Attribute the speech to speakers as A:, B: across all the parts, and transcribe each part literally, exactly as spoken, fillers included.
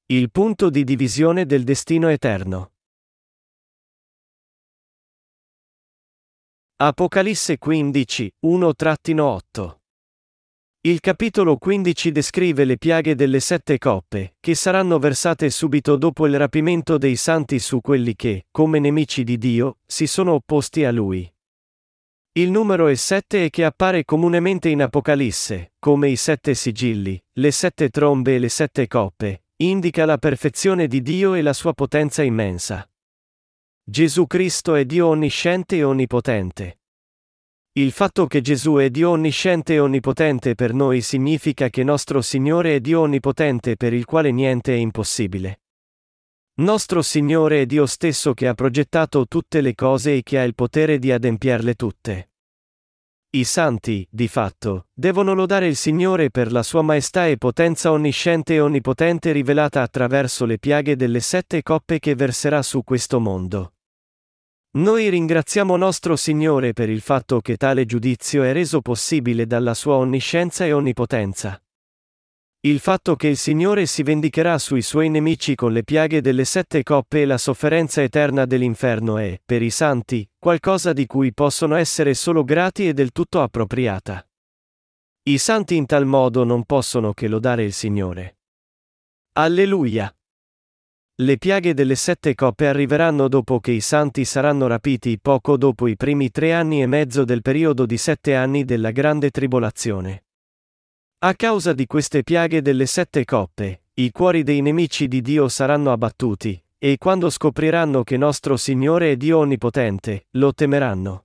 A: Il punto di divisione del destino eterno. Apocalisse quindici, uno otto. Il capitolo quindici descrive le piaghe delle sette coppe, che saranno versate subito dopo il rapimento dei santi su quelli che, come nemici di Dio, si sono opposti a Lui. Il numero è sette e che appare comunemente in Apocalisse, come i sette sigilli, le sette trombe e le sette coppe, indica la perfezione di Dio e la sua potenza immensa. Gesù Cristo è Dio onnisciente e onnipotente. Il fatto che Gesù è Dio onnisciente e onnipotente per noi significa che nostro Signore è Dio onnipotente per il quale niente è impossibile. Nostro Signore è Dio stesso che ha progettato tutte le cose e che ha il potere di adempierle tutte. I santi, di fatto, devono lodare il Signore per la sua maestà e potenza onnisciente e onnipotente rivelata attraverso le piaghe delle sette coppe che verserà su questo mondo. Noi ringraziamo nostro Signore per il fatto che tale giudizio è reso possibile dalla sua onniscienza e onnipotenza. Il fatto che il Signore si vendicherà sui suoi nemici con le piaghe delle sette coppe e la sofferenza eterna dell'inferno è, per i santi, qualcosa di cui possono essere solo grati e del tutto appropriata. I santi in tal modo non possono che lodare il Signore. Alleluia! Le piaghe delle sette coppe arriveranno dopo che i santi saranno rapiti poco dopo i primi tre anni e mezzo del periodo di sette anni della grande tribolazione. A causa di queste piaghe delle sette coppe, i cuori dei nemici di Dio saranno abbattuti, e quando scopriranno che nostro Signore è Dio onnipotente, lo temeranno.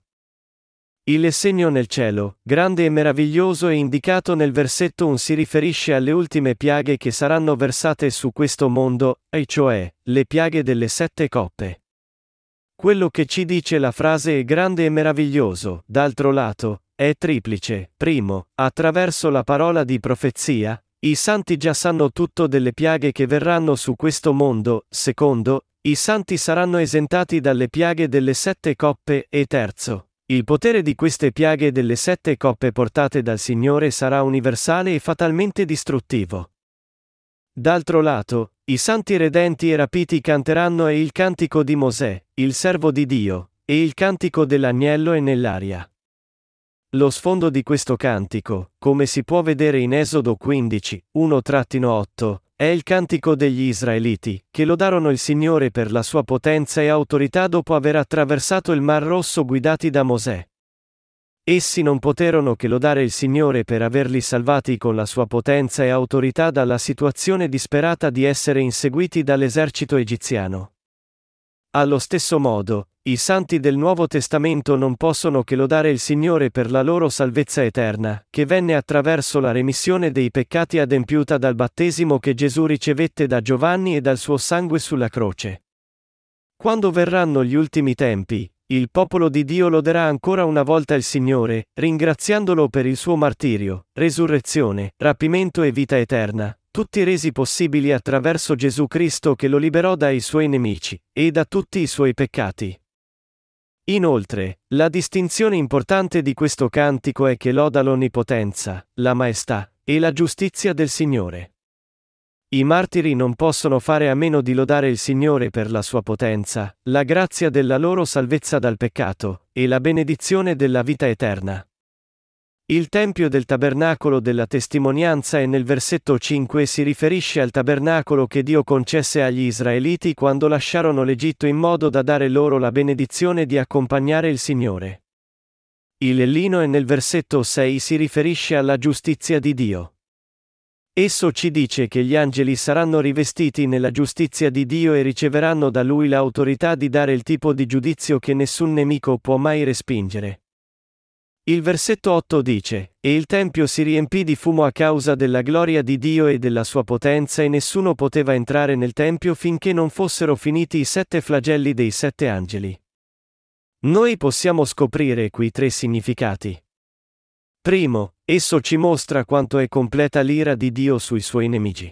A: Il segno nel cielo, grande e meraviglioso e indicato nel versetto uno si riferisce alle ultime piaghe che saranno versate su questo mondo, e cioè, le piaghe delle sette coppe. Quello che ci dice la frase è grande e meraviglioso, d'altro lato, è triplice. Primo, attraverso la parola di profezia, i santi già sanno tutto delle piaghe che verranno su questo mondo. Secondo, i santi saranno esentati dalle piaghe delle sette coppe. E terzo, il potere di queste piaghe delle sette coppe portate dal Signore sarà universale e fatalmente distruttivo. D'altro lato, i santi redenti e rapiti canteranno e il cantico di Mosè, il servo di Dio, e il cantico dell'agnello è nell'aria. Lo sfondo di questo cantico, come si può vedere in Esodo quindici, uno otto, è il cantico degli Israeliti, che lodarono il Signore per la sua potenza e autorità dopo aver attraversato il Mar Rosso guidati da Mosè. Essi non poterono che lodare il Signore per averli salvati con la sua potenza e autorità dalla situazione disperata di essere inseguiti dall'esercito egiziano. Allo stesso modo, i santi del Nuovo Testamento non possono che lodare il Signore per la loro salvezza eterna, che venne attraverso la remissione dei peccati adempiuta dal battesimo che Gesù ricevette da Giovanni e dal suo sangue sulla croce. Quando verranno gli ultimi tempi, il popolo di Dio loderà ancora una volta il Signore, ringraziandolo per il suo martirio, resurrezione, rapimento e vita eterna, tutti resi possibili attraverso Gesù Cristo che lo liberò dai suoi nemici, e da tutti i suoi peccati. Inoltre, la distinzione importante di questo cantico è che loda l'onnipotenza, la maestà, e la giustizia del Signore. I martiri non possono fare a meno di lodare il Signore per la sua potenza, la grazia della loro salvezza dal peccato, e la benedizione della vita eterna. Il tempio del tabernacolo della testimonianza e nel versetto cinque si riferisce al tabernacolo che Dio concesse agli Israeliti quando lasciarono l'Egitto in modo da dare loro la benedizione di accompagnare il Signore. Il lino e nel versetto sei si riferisce alla giustizia di Dio. Esso ci dice che gli angeli saranno rivestiti nella giustizia di Dio e riceveranno da Lui l'autorità di dare il tipo di giudizio che nessun nemico può mai respingere. Il versetto otto dice, e il tempio si riempì di fumo a causa della gloria di Dio e della sua potenza e nessuno poteva entrare nel tempio finché non fossero finiti i sette flagelli dei sette angeli. Noi possiamo scoprire qui tre significati. Primo, esso ci mostra quanto è completa l'ira di Dio sui suoi nemici.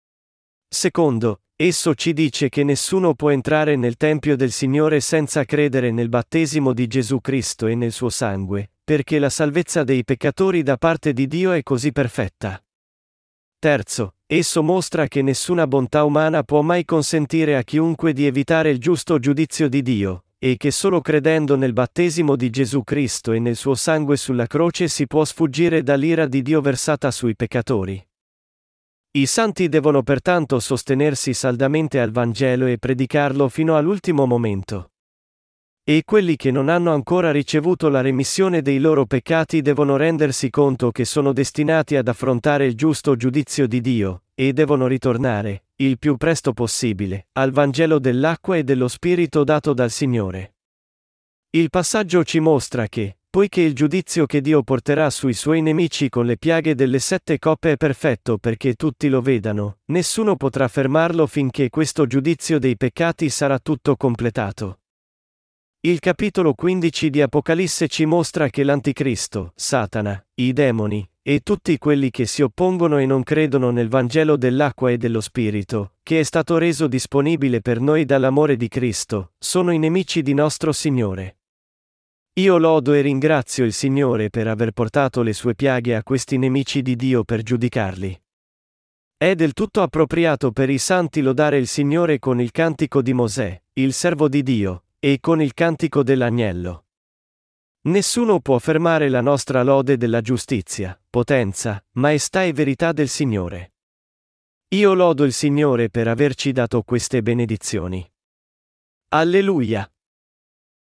A: Secondo, esso ci dice che nessuno può entrare nel Tempio del Signore senza credere nel battesimo di Gesù Cristo e nel suo sangue, perché la salvezza dei peccatori da parte di Dio è così perfetta. Terzo, Esso mostra che nessuna bontà umana può mai consentire a chiunque di evitare il giusto giudizio di Dio, e che solo credendo nel battesimo di Gesù Cristo e nel suo sangue sulla croce si può sfuggire dall'ira di Dio versata sui peccatori. I santi devono pertanto sostenersi saldamente al Vangelo e predicarlo fino all'ultimo momento. E quelli che non hanno ancora ricevuto la remissione dei loro peccati devono rendersi conto che sono destinati ad affrontare il giusto giudizio di Dio, e devono ritornare, il più presto possibile, al Vangelo dell'acqua e dello Spirito dato dal Signore. Il passaggio ci mostra che, poiché il giudizio che Dio porterà sui suoi nemici con le piaghe delle sette coppe è perfetto perché tutti lo vedano, nessuno potrà fermarlo finché questo giudizio dei peccati sarà tutto completato. Il capitolo quindici di Apocalisse ci mostra che l'Anticristo, Satana, i demoni, e tutti quelli che si oppongono e non credono nel Vangelo dell'acqua e dello Spirito, che è stato reso disponibile per noi dall'amore di Cristo, sono i nemici di nostro Signore. Io lodo e ringrazio il Signore per aver portato le sue piaghe a questi nemici di Dio per giudicarli. È del tutto appropriato per i santi lodare il Signore con il cantico di Mosè, il servo di Dio, e con il cantico dell'agnello. Nessuno può fermare la nostra lode della giustizia, potenza, maestà e verità del Signore. Io lodo il Signore per averci dato queste benedizioni. Alleluia!